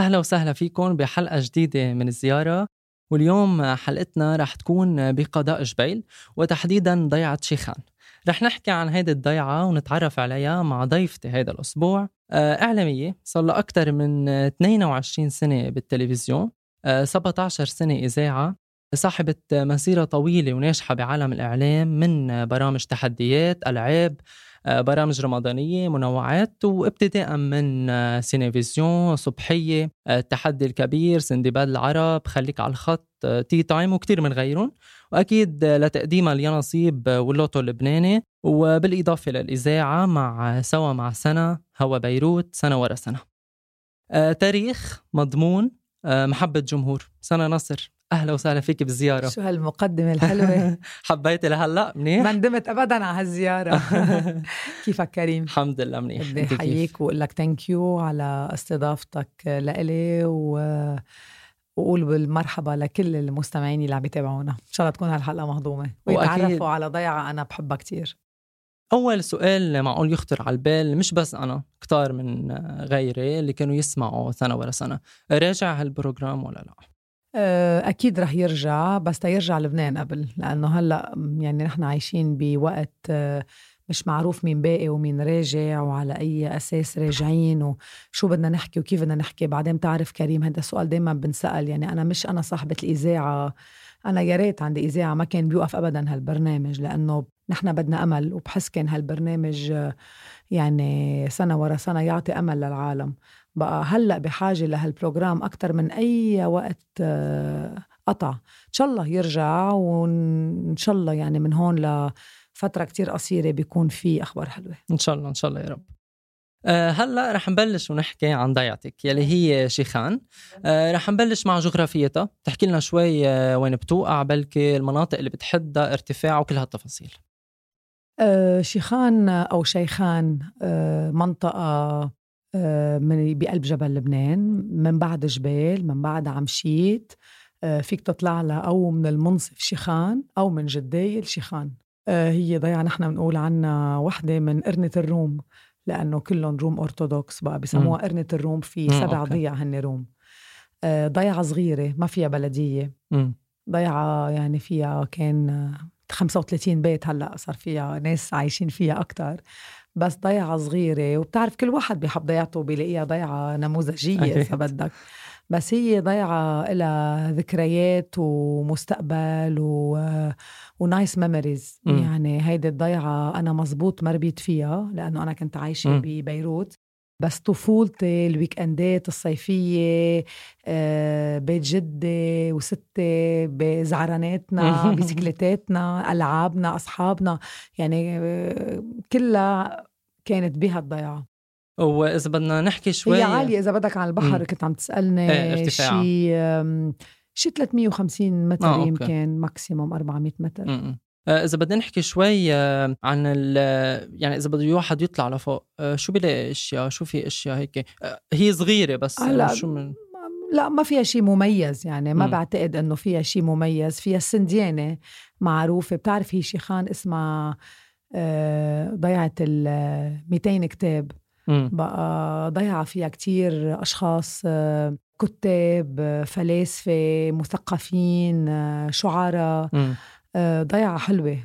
أهلا وسهلا فيكم بحلقة جديدة من الزيارة. واليوم حلقتنا رح تكون بقضاء جبيل وتحديدا ضيعة شيخان. رح نحكي عن هيدي الضيعة ونتعرف عليها مع ضيفتي هيدا الأسبوع، إعلامية صار لها أكتر من 22 سنة بالتلفزيون، 17 سنة إذاعة، صاحبة مسيرة طويلة وناجحة بعالم الإعلام من برامج تحديات، ألعاب، برامج رمضانية، منوعات، وابتداء من سينيفيزيون، صبحية، التحدي الكبير، سندباد العرب، خليك على الخط، تي تايم، وكتير من غيرهم، وأكيد لتقديمها اليانصيب واللوتو اللبناني، وبالإضافة للإذاعة مع سوا مع سنة، هوا بيروت، سنة ورا سنة. تاريخ، مضمون، محبة جمهور. سنة نصر، أهلا وسهلا فيك بالزيارة. شو هالمقدمة الحلوة. حبيتي لهلأ منيح؟ ما ندمت أبدا على هالزيارة. كيفك كريم؟ الحمد لله منيح. بدي أحييك وأقول لك thank you على استضافتك لإلي، وقول بالمرحبا لكل المستمعين اللي عم بيتابعونا. إن شاء الله تكون هالحلقة مهضومة ويتعرفوا على ضيعة أنا بحبها كتير. أول سؤال معقول يخطر على البال، مش بس أنا، كتار من غيري اللي كانوا يسمعوا سنة ورا سنة، راجع هالبروجرام ولا لا؟ أكيد رح يرجع، بس تيرجع لبنان قبل، لأنه هلأ يعني نحن عايشين بوقت مش معروف مين باقي ومين راجع وعلى أي أساس راجعين وشو بدنا نحكي وكيف بدنا نحكي. بعدين تعرف كريم، هذا السؤال دايما بنسأل، يعني أنا صاحبة الإذاعة، أنا يا ريت عندي إذاعة ما كان بيوقف أبدا هالبرنامج، لأنه نحن بدنا أمل، وبحس كان هالبرنامج يعني سنة ورا سنة يعطي أمل للعالم. بقى هلأ بحاجة لهالبروجرام أكتر من أي وقت قطع. إن شاء الله يرجع، وإن شاء الله يعني من هون لفترة كتير قصيرة بيكون في أخبار حلوة إن شاء الله إن شاء الله يا رب. هلأ رح نبلش ونحكي عن ضيعتك يلي هي شيخان. رح نبلش مع جغرافيتها، تحكي لنا شوي وين بتوقع، بلكي المناطق اللي بتحدها، ارتفاع، وكل هالتفاصيل. شيخان أو شيخان منطقة من بقلب جبل لبنان، من بعد جبال، من بعد عمشيت. فيك تطلع لها أو من المنصف شيخان أو من جدايل شيخان. هي ضيعة نحن بنقول عنها وحدة من قرنة الروم، لأنه كلهم روم أرثوذكس، بقى بيسموها قرنة الروم. في 7 ضيع هن روم. ضيعة صغيرة ما فيها بلدية. ضيعة يعني فيها كان 35 بيت، هلأ صار فيها ناس عايشين فيها أكتر، بس ضيعة صغيرة. وبتعرف كل واحد بيحب ضيعته بيلاقيها ضيعة نموذجية إذا بدك، بس هي ضيعة إلها ذكريات ومستقبل ونايس ميموريز. يعني هيدي الضيعة أنا مزبوط مربيت فيها، لأنه أنا كنت عايشة ببيروت، بس طفولتي الويكندات الصيفية بيت جدي وستي بزعراناتنا بسكليتاتنا ألعابنا أصحابنا، يعني كلها كانت بها الضيعة. وإذا بدنا نحكي شوي، هي عالية إذا بدك عن البحر. كنت عم تسألني شي 350 متر يمكن ماكسيموم 400 متر. إذا بدنا نحكي شوي عن يعني إذا بده واحد يطلع لفوق، شو بلاقي أشياء، شو في أشياء هيك؟ هي صغيرة بس لا ما فيها شيء مميز، يعني ما بعتقد أنه فيها شيء مميز. فيها السنديانة معروفة، بتعرف هي شيخان اسمها ضيعة 200 كتاب. بقى ضيعة فيها كتير أشخاص، كتاب، فلاسفة، مثقفين، شعراء. ضيعة حلوة.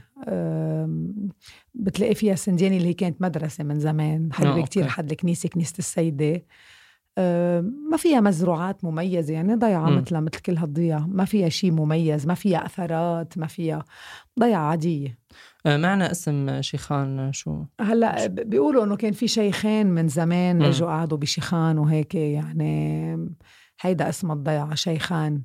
بتلاقي فيها سندياني اللي هي كانت مدرسة من زمان حلوة كتير، حد الكنيسة، كنيسة السيدة. ما فيها مزروعات مميزة، يعني ضيعة مثل كل هالضيعة، ما فيها شيء مميز، ما فيها أثرات، ما فيها، ضيعة عادية. معنى اسم شيخان شو؟ هلأ بيقولوا أنه كان في شيخين من زمان اجوا قعدوا بشيخان وهيك، يعني هيدا اسم الضيعة شيخان.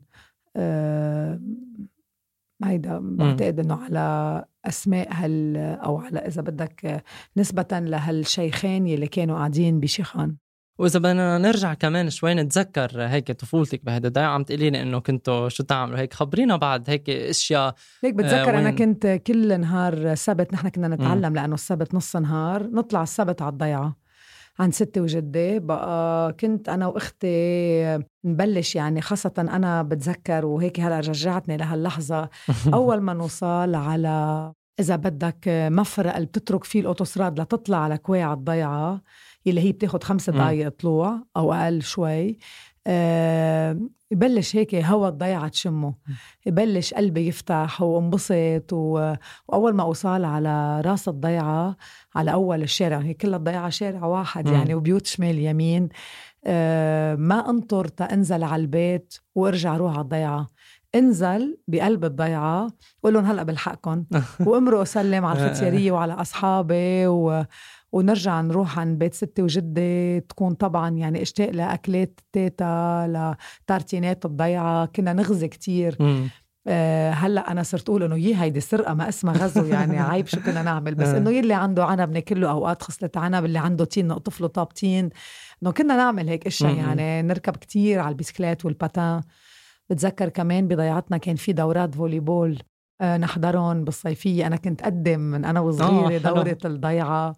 هيدا بعتقد أنه على أسماء أو على إذا بدك نسبة لهالشيخين يلي كانوا قاعدين بشيخان. وإذا بدنا نرجع كمان شوي نتذكر هيك طفولتك بهذا الضيعة، عم تقولين إنه كنتوا شو تعملوا هيك، خبرينا بعض هيك إشياء. هيك بتذكر أنا كنت كل نهار سبت، نحن كنا نتعلم لأنه السبت نص نهار، نطلع السبت على الضيعة عند ستي وجدي. بقى كنت أنا وأختي نبلش، يعني خاصة أنا بتذكر وهيك هلأ رجعتني لهاللحظة. أول ما نوصل على إذا بدك مفرق اللي بتترك فيه الأوتوستراد لتطلع على كواع الضيعة، اللي هي بتاخد 5 دقايق طلوع أو أقل شوي، يبلش هيك هوا الضيعة تشمه، يبلش قلبي يفتح وانبسط. وأول ما أوصل على راس الضيعة على أول الشارع، هي كل الضيعة شارع واحد يعني وبيوت شمال يمين، ما أنطر تأنزل على البيت وارجع روح على الضيعة. انزل بقلب الضيعة وقول لهم هلأ بلحقكم وامرق وسلم على الفتيارية وعلى أصحابي ونرجع نروح عن بيت ستي وجدي. تكون طبعا يعني اشتاق لأكلات تيتا، لتارتينات الضيعة، كنا نغزي كتير. هلأ أنا صرت أقول إنه هيدي سرقة ما اسمها غزو يعني عيب شو كنا نعمل، بس إنه يلي عنده عنب ناكله، أوقات خصلة عنب، اللي عنده تين نقطف له طابتين، إنه كنا نعمل هيك إشياء يعني. نركب كتير على البيسكليت والباتان. بتذكر كمان بضيعتنا كان في دورات فوليبول نحضرهم بالصيفية. أنا كنت أقدم من أنا وصغيرة دورة الضيعة.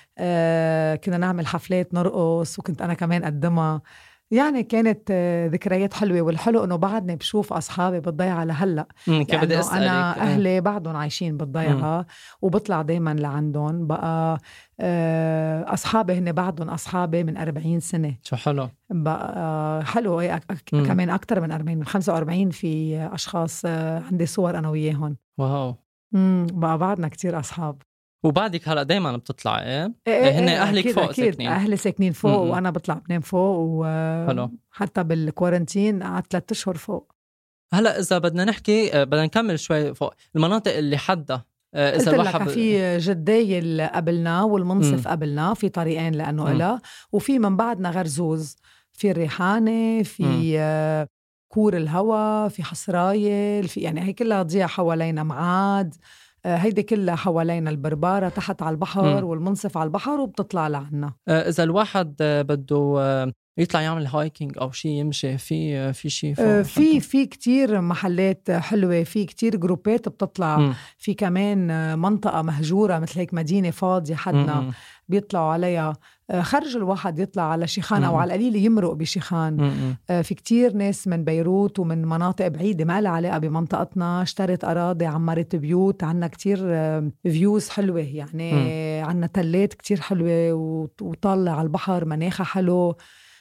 كنا نعمل حفلات نرقص وكنت أنا كمان أقدمها. يعني كانت ذكريات حلوة. والحلو إنه بعدني بشوف أصحابي بالضيعة لهلأ، يعني أنا أهلي بعدهم عايشين بالضيعة وبطلع دايما لعندهم بقى. أصحابي هن بعدهم أصحابي من 40 سنة. شو حلو بقى حلو. كمان أكتر من 40، من 45 في أشخاص عندي صور أنا وياهم. واو. بقى بعدنا كتير أصحاب. وبعدك هلا دايما بتطلع هن أهلك أكيد فوق أكيد ساكنين؟ أهلي ساكنين فوق وأنا بطلع بنام فوق وحتى بالكوارنتين قعدت 3 أشهر فوق. هلا إذا بدنا نحكي بدنا نكمل شوي فوق المناطق اللي حدها. قلت لك في جداي اللي قبلنا والمنصف قبلنا في طريقين لأنه إلا، وفي من بعدنا غرزوز، في الريحانة، في كور الهوا، في حصرايل، في يعني هي كلها تضيع حوالينا. معاد هيدي كلها حوالينا. البربارة تحت على البحر والمنصف على البحر وبتطلع لعنا. إذا الواحد بده يطلع يعمل هايكينج أو شيء يمشي في شيء في كتير محلات حلوة، في كتير جروبات بتطلع. في كمان منطقة مهجورة مثل هيك مدينة فاضية حدنا بيطلعوا عليها. خرج الواحد يطلع على شيخان أو على القليل يمرق بشيخان. في كتير ناس من بيروت ومن مناطق بعيدة ما لها علاقة بمنطقتنا اشترت أراضي، عمرت بيوت. عنا كتير فيوز حلوة يعني. عنا تلات كتير حلوة وطالع على البحر، مناخة حلو.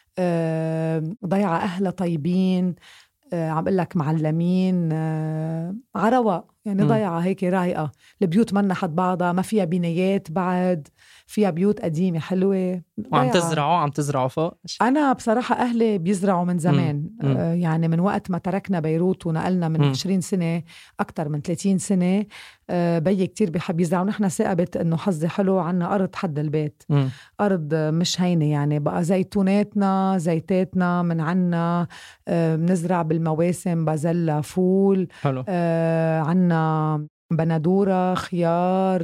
ضيعة أهلا طيبين، عم قل لك معلمين، عروا يعني. ضيعة هيك رايقة. البيوت منا حد بعضها، ما فيها بنايات بعد، فيها بيوت قديمة حلوة. وعم تزرعوا فوق؟ أنا بصراحة أهلي بيزرعوا من زمان. يعني من وقت ما تركنا بيروت ونقلنا من 20 سنة، أكتر من 30 سنة. بيي كتير بيحب يزرع، ونحن ثابت إنه حظي حلو، عنا أرض حد البيت. أرض مش هينة يعني. بقى زيتوناتنا زيتاتنا من عنا، بنزرع بالمواسم بازلا، فول. عنا بندورة، خيار،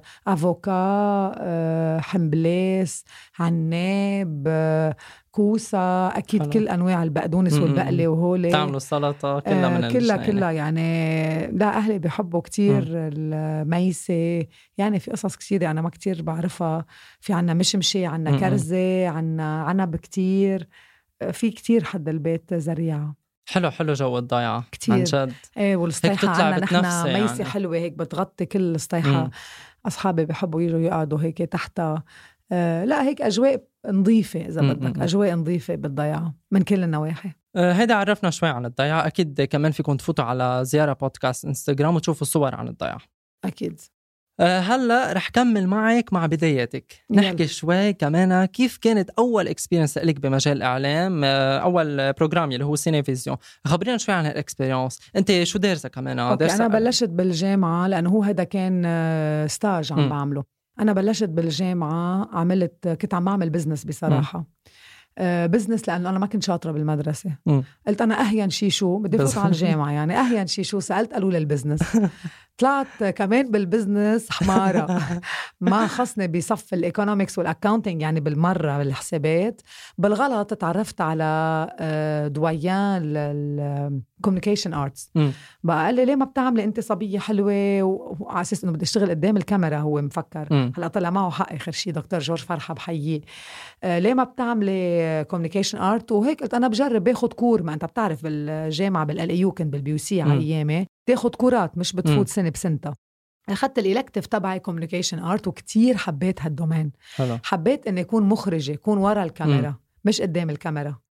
أفوكا، حمبليس، عناب، كوسة، أكيد كل أنواع البقدونس والبقلة وهولي. تعملوا السلطة كلها من كلها يعني. لا أهلي بيحبوا كتير الميسة يعني. في قصص كتير أنا ما كتير بعرفها. في عنا مشمشي، عنا كرزة، عنا عنب كتير. في كتير حد البيت زريعة. حلو جو الضيعة كتير عن جد. والسطيحة عنا نحن ميسة يعني. حلوة هيك بتغطي كل السطيحة. أصحابي بيحبوا يجوا يقعدوا هيك تحتها. لا هيك أجواء نظيفة إذا بدك. أجواء نظيفة بالضيعة من كل النواحي. هيدا عرفنا شوي عن الضيعة. أكيد كمان فيكم تفوتوا على زيارة بودكاست إنستغرام وتشوفوا صور عن الضيعة. أكيد. هلأ رح كمل معك مع بداياتك. نحكي شوي كمان كيف كانت أول إكسبيرينس لك بمجال الإعلام، أول بروجرام اللي هو سينيفيزيون. خبرينا شوي عن الإكسبيرينس. أنت شو دارسة كمان؟ أنا بلشت بالجامعة لأنه هو هذا كان ستاج عم بعمله. أنا بلشت بالجامعة، كنت عم بعمل بزنس بصراحة. بزنس لأنه أنا ما كنت شاطرة بالمدرسة. قلت أنا أهين شو بدي فوت على الجامعة يعني. أهين شو سألت قالوا لي البزنس. طلعت كمان بالبزنس حمارة. ما خصني بصف الإيكونوميكس والأكاونتينج يعني بالمرة بالحسابات. بالغلط تعرفت على دويان الكوميونيكيشن آرتس. بقى قال لي ليه ما بتعملي أنت صبية حلوة، وعلى أساس إنه بدي أشتغل قدام الكاميرا. هو مفكر هلأ طلع معه حق آخر شي دكتور جورج فرحة بحييه. ليه ما بتعملي كوميونيكيشن آرت وهيك. قلت أنا بجرب باخد كور. ما أنت بتعرف بالجامعة بالأليو كنت بالبيوسي على أيامي تاخد كورات مش بتفوت سنة بسنتها. أخذت الإلكتيف تبعي كوميونيكيشن آرت وكتير حبيت هالدومين. حبيت إني أكون مخرجة، أكون ورا الكاميرا مش قدام الكاميرا.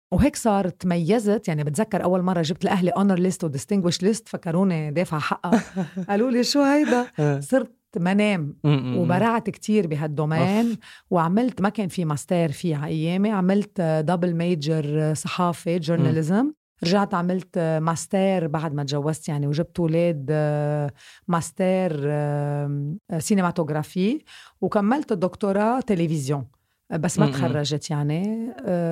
وهيك صارت تميزت. يعني بتذكر أول مرة جبت لأهلي honor list و distinguished list فكروني دافع حقها. قالوا لي شو هيدا؟ صرت منام وبرعت كتير بهالدومين وعملت، ما كان في ماستر فيه على أيامي، عملت دبل ميجر صحافة جورناليزم. رجعت عملت ماستر بعد ما تجوزت يعني، وجبت ولاد ماستر سينماتوغرافي، وكملت الدكتوراه تلفزيون بس ما تخرجت يعني.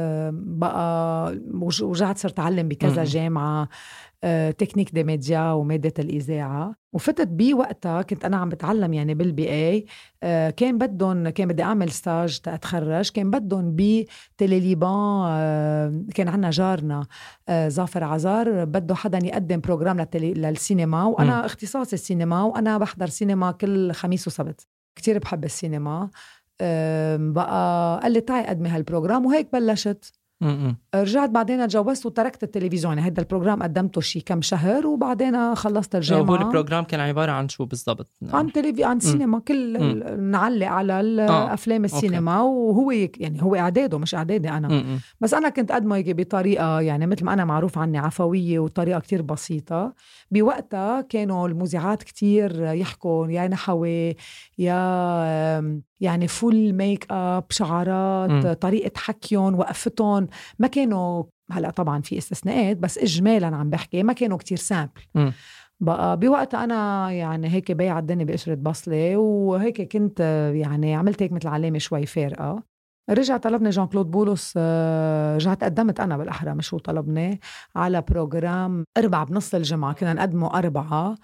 بقى ورجعت صرت أتعلم بكذا جامعة تكنيك دي ميديا ومادة الإذاعة. وفتت بي وقتها كنت أنا عم بتعلم يعني بالبي اي. كان بدي أعمل ستاج تأتخرج، كان بدهم بتيلي ليبان. كان عنا جارنا ظافر عزار بده حدا يقدم بروجرام للسينما، وأنا اختصاصي السينما، وأنا بحضر سينما كل خميس وسبت، كتير بحب السينما. بقى قال لي تعي قدمي هالبروجرام، وهيك بلشت. رجعت بعدين اتجوزت وتركت التلفزيون. هيدا البروجرام قدمته شي كم شهر وبعدين خلصت الجامعة. هو البروجرام كان عبارة عن شو بالضبط؟ عن سينما، كل نعلق على الأفلام السينما. وهو يعني هو إعداده مش إعدادي أنا. بس أنا كنت قدمه بطريقة يعني مثل ما أنا معروف عني عفوية، وطريقة كتير بسيطة. بوقتها كانوا المذيعات كتير يحكوا يا نحوي يا يعني فول ميك اب، شعارات، طريقة حكيهم، وقفتهم ما كانوا، هلأ طبعا في استثناءات بس إجمالا عم بحكي ما كانوا كتير سامبل. بقى بوقتها أنا يعني هيك بايع الدنيا بقشرة بصلة، وهيك كنت يعني عملت هيك مثل علامة شوي فارقة. رجع طلبني جان كلود بولس، رجعت قدمت أنا بالأحرى مش هو طلبني، على بروجرام 4 بنص الجمعة. كنا نقدمه 4،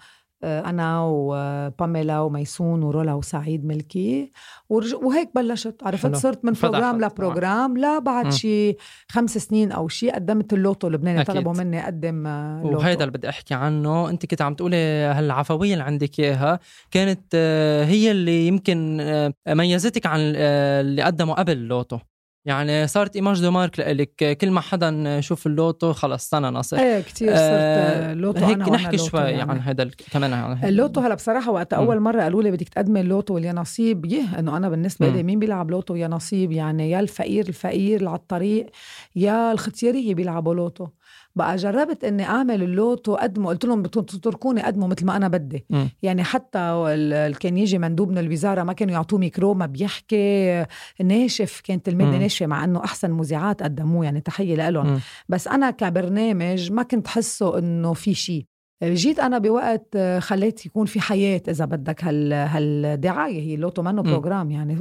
أنا وباميلا وميسون ورولا وسعيد ملكي. وهيك بلشت، عرفت صرت من بروجرام لبروجرام. لا بعد شي 5 سنين أو شي قدمت اللوتو اللبناني، طلبوا مني أقدم لوتو. وهيدا اللي بدي أحكي عنه. أنت كنت عم تقولي هالعفوية اللي عندك إياها كانت هي اللي يمكن ميزتك عن اللي قدموا قبل اللوتو. يعني صارت إيماج دو مارك لك، كل ما حدا يشوف اللوتو خلص سنة نصر. ايه كتير صرت لوتو. هيك أنا نحكي شوي يعني عن هذا كمان عن اللوتو. هلا بصراحة وقت أول مرة قالوا لي بدك تقدمي اللوتو واليا نصيب، إنه أنا بالنسبة لي مين بيلعب لوتو يا نصيب؟ يعني يا الفقير اللي على الطريق، يا الختيارية بيلعبوا لوتو. بقى جربت اني اعمل اللوتو قدمه، قلت لهم تتركوني قدمه مثل ما انا بدي. يعني حتى كان يجي مندوب من الوزاره ما كانوا يعطوه ميكرو، ما بيحكي، ناشف، كانت الماده ناشفه، مع انه احسن مذيعات قدموه يعني تحيه لهم. بس انا كبرنامج ما كنت حسه انه في شيء. جيت أنا بوقت خليت يكون في حياة إذا بدك هالدعاية. هي لوتو منه بروجرام يعني،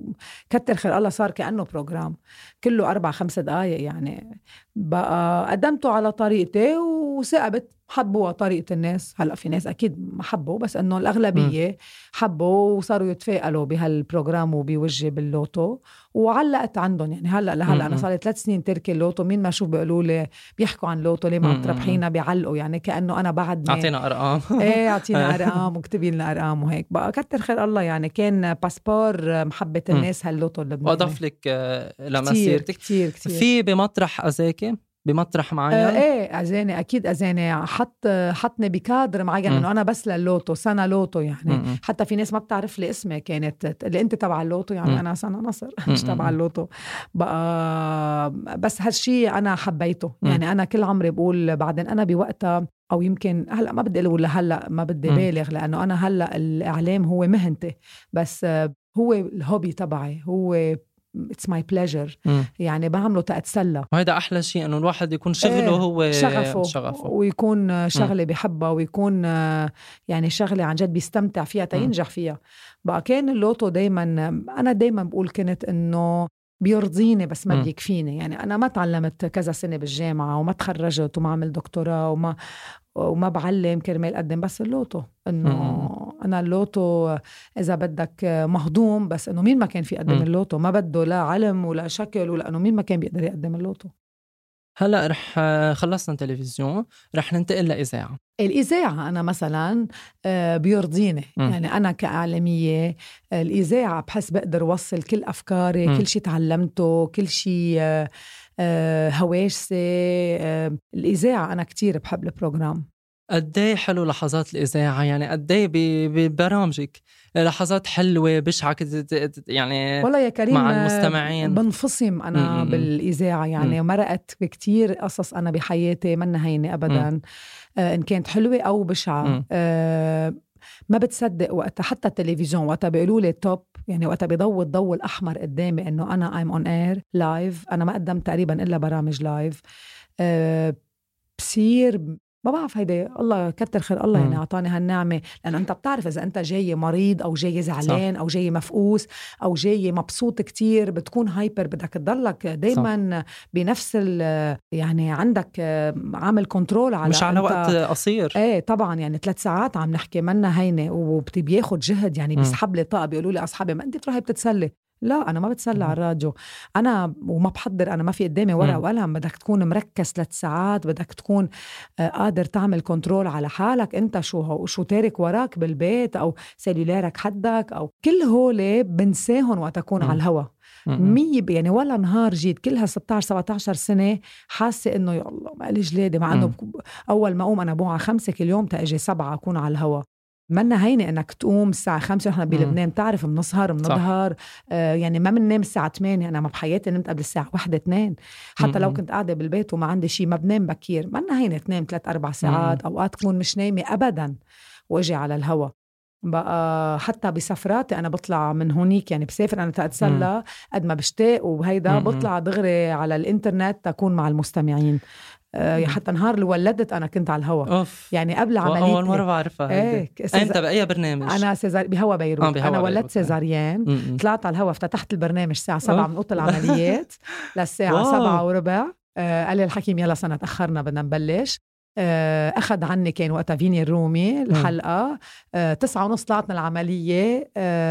وكتر خير الله صار كأنه بروجرام كله 4-5 دقايق يعني. بقى قدمته على طريقتي وثقبت، حبوا طريقة الناس. هلأ في ناس أكيد ما حبوا، بس أنه الأغلبية حبوا وصاروا يتفائلوا بهالبروجرام وبوجه باللوتو، وعلقت عندهم يعني. هلأ أنا صار لي 3 سنين تركي اللوتو. مين ما شوف بيقولوا لي بيحكوا عن لوتو ليه ما عم تربحينا، بيعلقوا يعني كأنه أنا بعد أعطينا أرقام. إيه أعطينا أرقام وكتبي لنا أرقام وهيك. بقى كتر خير الله يعني، كان باسبور محبة الناس هاللوتو اللبناني. وأضاف لك لمسيرتك كتير في بمطرح أزاكي، بمطرح معين. ايه أزاني اكيد أزاني حطني بكادر معين انه انا بس للوتو سنة لوتو يعني. حتى في ناس ما بتعرف لي اسمي، كانت اللي انت تبع اللوتو يعني. انا سنة نصر مش تبع اللوتو. بقى بس هالشي انا حبيته يعني. انا كل عمري بقول بعدين انا بوقتها، او يمكن هلا ما بدي اقول هلا ما بدي بالغ، لانه انا هلا الاعلام هو مهنتي، بس هو الهوبي تبعي، هو it's my pleasure. يعني بعمله تأتسلى. وهذا أحلى شيء، إنه الواحد يكون شغله هو شغفه ويكون شغلة بيحبها، ويكون يعني شغلة عن جد بيستمتع فيها تينجح فيها. بقى كان اللوتو دايما، أنا دايما بقول كنت إنه بيرضيني بس ما بيكفيني. يعني أنا ما تعلمت كذا سنة بالجامعة، وما تخرجت، وما عمل دكتوراه، وما بعلم كرمال قدم بس اللوتو. إنه أنا اللوتو إذا بدك مهضوم، بس إنه مين ما كان في يقدم اللوتو، ما بده لا علم ولا شكل، ولا إنه مين ما كان بيقدر يقدم اللوتو. هلأ رح خلصنا تلفزيون، رح ننتقل لإذاعة. الإذاعة أنا مثلا بيرضيني يعني. أنا كإعلامية الإذاعة بحس بقدر وصل كل أفكاري، كل شي تعلمته، كل شي هواشسي. الإذاعة أنا كتير بحب البروجرام. قديه حلو لحظات الإذاعة، يعني قديه ببرامجك لحظات حلوة بشعة يعني والله يا كريم مع المستمعين. بنفصم أنا بالإذاعة، يعني مرقت بكتير قصص أنا بحياتي منا هيني أبدا، إن كانت حلوة أو بشعة. ما بتصدق وقتها حتى التلفزيون وقتها بيقولوا لي توب، يعني وقتها بيضوي الضوء الأحمر قدامي إنه أنا I'm on air live، أنا ما قدمت تقريبا إلا برامج لايف. بصير ما بعرف، هيدا الله كتر خير الله يعني أعطاني هالنعمة، لأنه أنت بتعرف إذا أنت جاي مريض أو جاي زعلان أو جاي مفقوس أو جاي مبسوط كتير بتكون هايبر، بدك تضلك دايما بنفس يعني عندك عامل كنترول على مش على وقت قصير. ايه طبعا، يعني 3 ساعات عم نحكي منا هينة وبياخد جهد، يعني بيسحب لي طاقة. بيقولوا لي أصحابي ما أنت بتروحي بتتسلي، لا أنا ما بتسلى على الراديو، أنا وما بحضر، أنا ما في قدامي ورقة وقلم. بدك تكون مركز 3 ساعات، بدك تكون قادر تعمل كنترول على حالك. أنت شو تارك وراك بالبيت أو سيلولارك حدك أو كل هولي بنساهن وقت أكون على الهوا. يعني ولا نهار جيت كلها 16-17 سنة حاسة إنه يا الله ما قالي جلادي، مع إنه أول ما أقوم أنا بوعى 5 كل يوم تأجي 7 أكون على الهوا. منا هينة إنك تقوم الساعة 5، نحن بلبنان تعرف منسهر منظهر، يعني ما مننام الساعة 8. أنا ما بحياتي نمت قبل الساعة 1-2، حتى لو كنت قاعدة بالبيت وما عندي شي ما بنام بكير. منا هينة تنام 3-4 ساعات، أوقات تكون مش نايمة أبدا واجي على الهوا. بقى حتى بسفراتي أنا بطلع من هونيك، يعني بسافر أنا تأتسلى قد ما بشتاق وهيدا بطلع دغري على الإنترنت تكون مع المستمعين. حتى نهار اللي ولدت أنا كنت على الهوا، يعني قبل عملية. أول مرة بعرفها. أنت بأي برنامج؟ أنا بهوا بيروت. أنا ولدت سيزاريان، طلعت على الهوا، افتتحت البرنامج الساعة 7 من أوضة العمليات للساعة 7:15. قال لي الحكيم يلا سنة تأخرنا بدنا نبلش. أخذ عني كان وقتها فيني الرومي الحلقة 9:30 طلعت من العملية.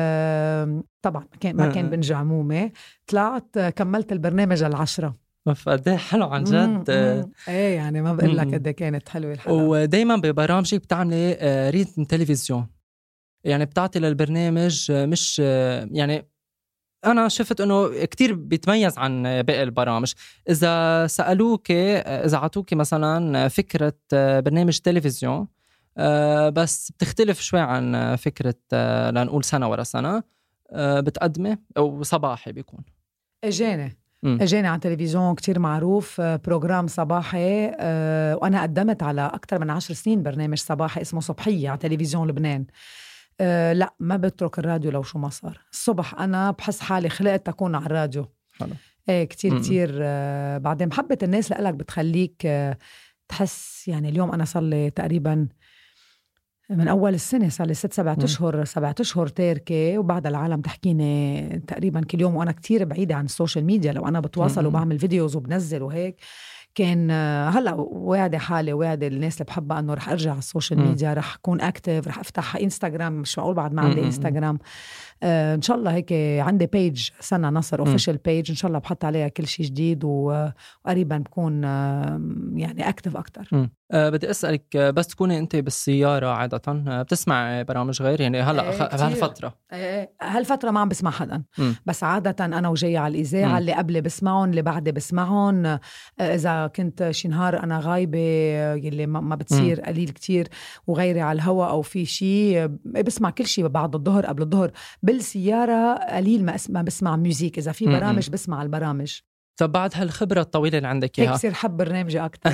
طبعا ما كان بنج عمومة، طلعت كملت البرنامج 10. قديه حلو عن جد. ايه يعني ما بقول لك قد كانت حلوة الحلقة. ودايما ببرامجك بتعملي ريتم تلفزيون، يعني بتعطي للبرنامج مش يعني أنا شفت أنه كتير بيتميز عن باقي البرامج. إذا سألوك، إذا عطوك مثلا فكرة برنامج تلفزيون بس بتختلف شوي عن فكرة لنقول سنة ورا سنة بتقدمي أو صباحي بيكون اجاني على التلفزيون كتير معروف، بروجرام صباحي، وأنا قدمت على أكتر من 10 سنين برنامج صباحي اسمه صبحية على تلفزيون لبنان. لا ما بترك الراديو لو شو ما صار. الصبح أنا بحس حالي خلقت تكون على الراديو. حلو. كتير بعدين محبة الناس لألك بتخليك تحس. يعني اليوم أنا صار لي تقريبا من أول السنة صار لي 6-7 أشهر 7 أشهر تاركة، وبعد العالم تحكيني تقريبا كل يوم، وأنا كتير بعيدة عن السوشيال ميديا. لو أنا بتواصل وبعمل فيديوز وبنزل وهيك كان هلأ واعدة حالي واعدة الناس اللي بحبها أنه رح أرجع على السوشيال ميديا، رح أكون أكتف، رح أفتح إنستغرام. مش معقول بعد ما عندي إنستغرام. إن شاء الله هيك عندي بيج سنة نصر أوفيشال بيج، إن شاء الله بحط عليها كل شيء جديد وقريبا بكون يعني أكتف أكتر. بدي أسألك، بس تكوني أنت بالسيارة عادة بتسمع برامج غير؟ يعني هلأ هالفترة ما عم بسمع حدا، بس عادة أنا وجاي على الإذاعة اللي قبلي بسمعهم، اللي بعدي بسمعهم. إذا كنت شي نهار أنا غايبة يلي ما بتصير قليل كتير وغيري على الهوا أو في شي، بسمع كل شي بعد الظهر قبل الظهر. بالسيارة قليل ما بسمع ميوزيك، إذا في برامج بسمع البرامج. طب بعد هالخبرة الطويلة اللي عندك إياها، هيك صير حب برنامجي أكتر.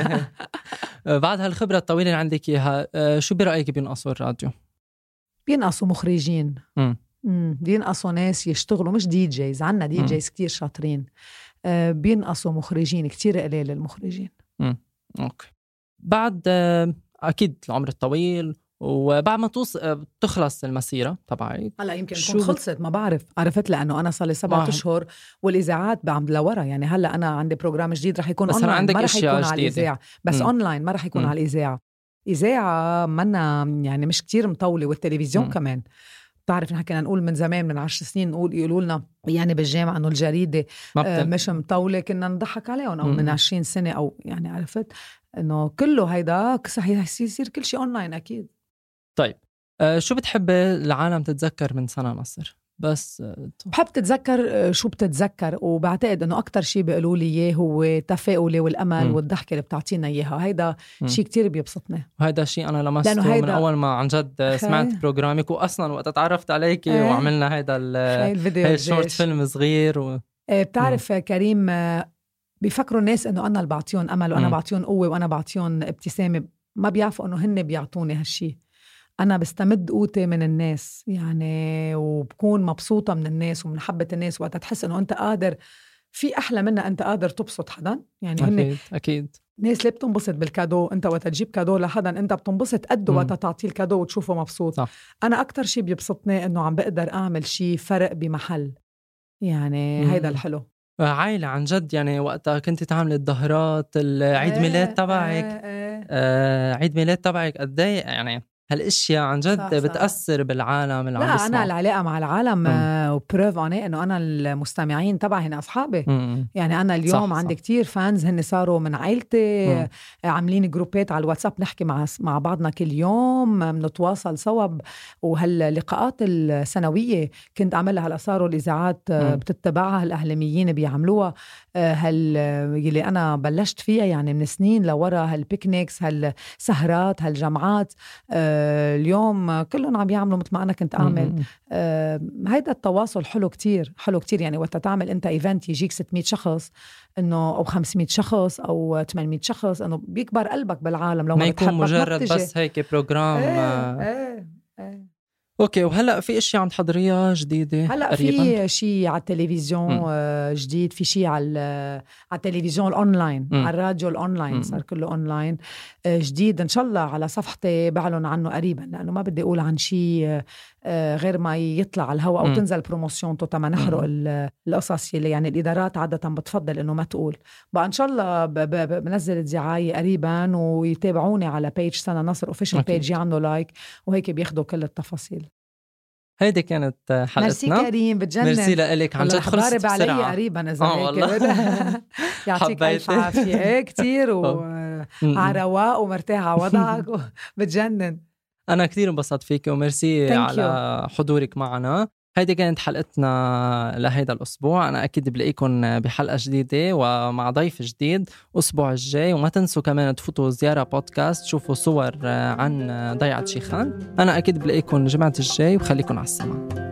بعد هالخبرة الطويلة اللي عندك إياها، شو برأيك بينقصوا الراديو؟ بينقصوا مخرجين، بينقصوا ناس يشتغلوا، مش دي جيز. عنا دي جيز كتير شاطرين، بينقصوا مخرجين كتير قليل المخرجين. أوكي. بعد أكيد العمر الطويل وبعد ما تخلص المسيرة تبعي، هلا يمكن تكون خلصت، ما بعرف، عرفت، لأنه أنا صار لي 7 أشهر والإذاعات بعمل لورا. يعني هلا أنا عندي بروجرام جديد رح يكون أونلاين، ما رح يكون على الإذاعة، بس أونلاين ما رح يكون على الإذاعة. إذاعة منا يعني مش كتير مطولة، والتلفزيون كمان بتعرف نحن كنا نقول من زمان من 10 سنين يقولوا لنا يعني بالجامعة إنه الجريدة مش مطولة، كنا نضحك عليهم. أو من 20 سنة أو يعني عرفت إنه كله هيدا صحيح يصير كل شيء أونلاين أكيد. طيب شو بتحب العالم تتذكر من سنة نصر بس بحب تتذكر شو بتتذكر، وبعتقد انه اكتر شيء بيقولوا لي اياه هو تفاؤلي والامل والضحكه اللي بتعطينا اياها. هيدا شيء كتير بيبسطني، وهذا شيء انا لمسته من اول ما عن جد سمعت بروجرامك، واصلا وقت تعرفت عليك وعملنا هيدا الفيديو الشورت فيلم صغير بتعرف كريم، بيفكروا الناس انه انا اللي بعطيهم امل وانا بعطيهم قوه وانا بعطيهم ابتسامه، ما بيعرفوا انه هن بيعطوني هالشي. أنا بستمد قوتي من الناس يعني، وبكون مبسوطة من الناس ومن حبة الناس. وقت تحس إنه أنت قادر، في أحلى منها أنت قادر تبسط حدا يعني. أكيد ناس اللي بتنبسط بالكادو، أنت وقت تجيب كادو لحدا أنت بتنبسط قده وقت تعطيه الكادو وتشوفه مبسوط. صح. أنا أكتر شي بيبسطني إنه عم بقدر أعمل شي فرق بمحل يعني. هيدا الحلو. عائلة عن جد يعني. وقتها كنت تعمل الظهرات العيد ميلاد تبعك، عيد ميلاد تبعك قد ايه يعني هالاشياء عن جد صح بتأثر بالعالم اللي عم بيسمعوا. لا، أنا العلاقة مع العالم وبروف أنا إنه أنا المستمعين تبعي هن أصحابي. يعني أنا اليوم عندي كتير فانز هن صاروا من عائلتي. عاملين جروبات على الواتساب نحكي مع بعضنا كل يوم، بنتواصل سوا. وهاللقاءات السنوية كنت أعملها، هلا صاروا الإذاعات بتتبعها، الأهلميين بيعملوها. يلي أنا بلشت فيها يعني من سنين لورا، هالبيكنيكس، هالسهرات، هالجمعات. اليوم كلهم عم يعملوا مثل ما أنا كنت أعمل. هيدا التواصل حلو كتير، حلو كتير يعني. وقت تعمل أنت إيفنت يجيك 600 شخص إنه أو 500 شخص أو 800 شخص، إنه بيكبر قلبك بالعالم لو ما يكون مجرد بس هيك بروجرام. اوكي. وهلا في اشياء عم تحضريها جديده؟ هلا في شيء على التلفزيون جديد، في شيء على التلفزيون الاونلاين، على الراديو الاونلاين، صار كله اونلاين جديد ان شاء الله. على صفحتي بعلن عنه قريبا، لانه ما بدي اقول عن شيء غير ما يطلع على الهواء او تنزل بروموشن تما نحرق القصص اللي يعني الادارات عاده بتفضل انه ما تقول. بقى ان شاء الله بنزل الدعايه قريبا، ويتابعوني على بيج سنة نصر اوفيشال بيج، يعملوا لايك وهيك بياخدوا كل التفاصيل. هيدي كانت حلقتنا. ميرسي كريم، بتجنن. ميرسي لك عن جد، خلصت بسرعة قريبا إذا هيك. يعطيك ألف عافية كتير، وعلى رواق ومرتاح على وضعك بتجنن. أنا كتير انبسطت فيك، وميرسي على حضورك معنا. هيدي كانت حلقتنا لهيدا الأسبوع. أنا أكيد بلاقيكم بحلقة جديدة ومع ضيف جديد أسبوع الجاي. وما تنسوا كمان تفوتوا زيارة بودكاست، شوفوا صور عن ضيعة شيخان. أنا أكيد بلاقيكم جمعة الجاي، وخليكم على السماء.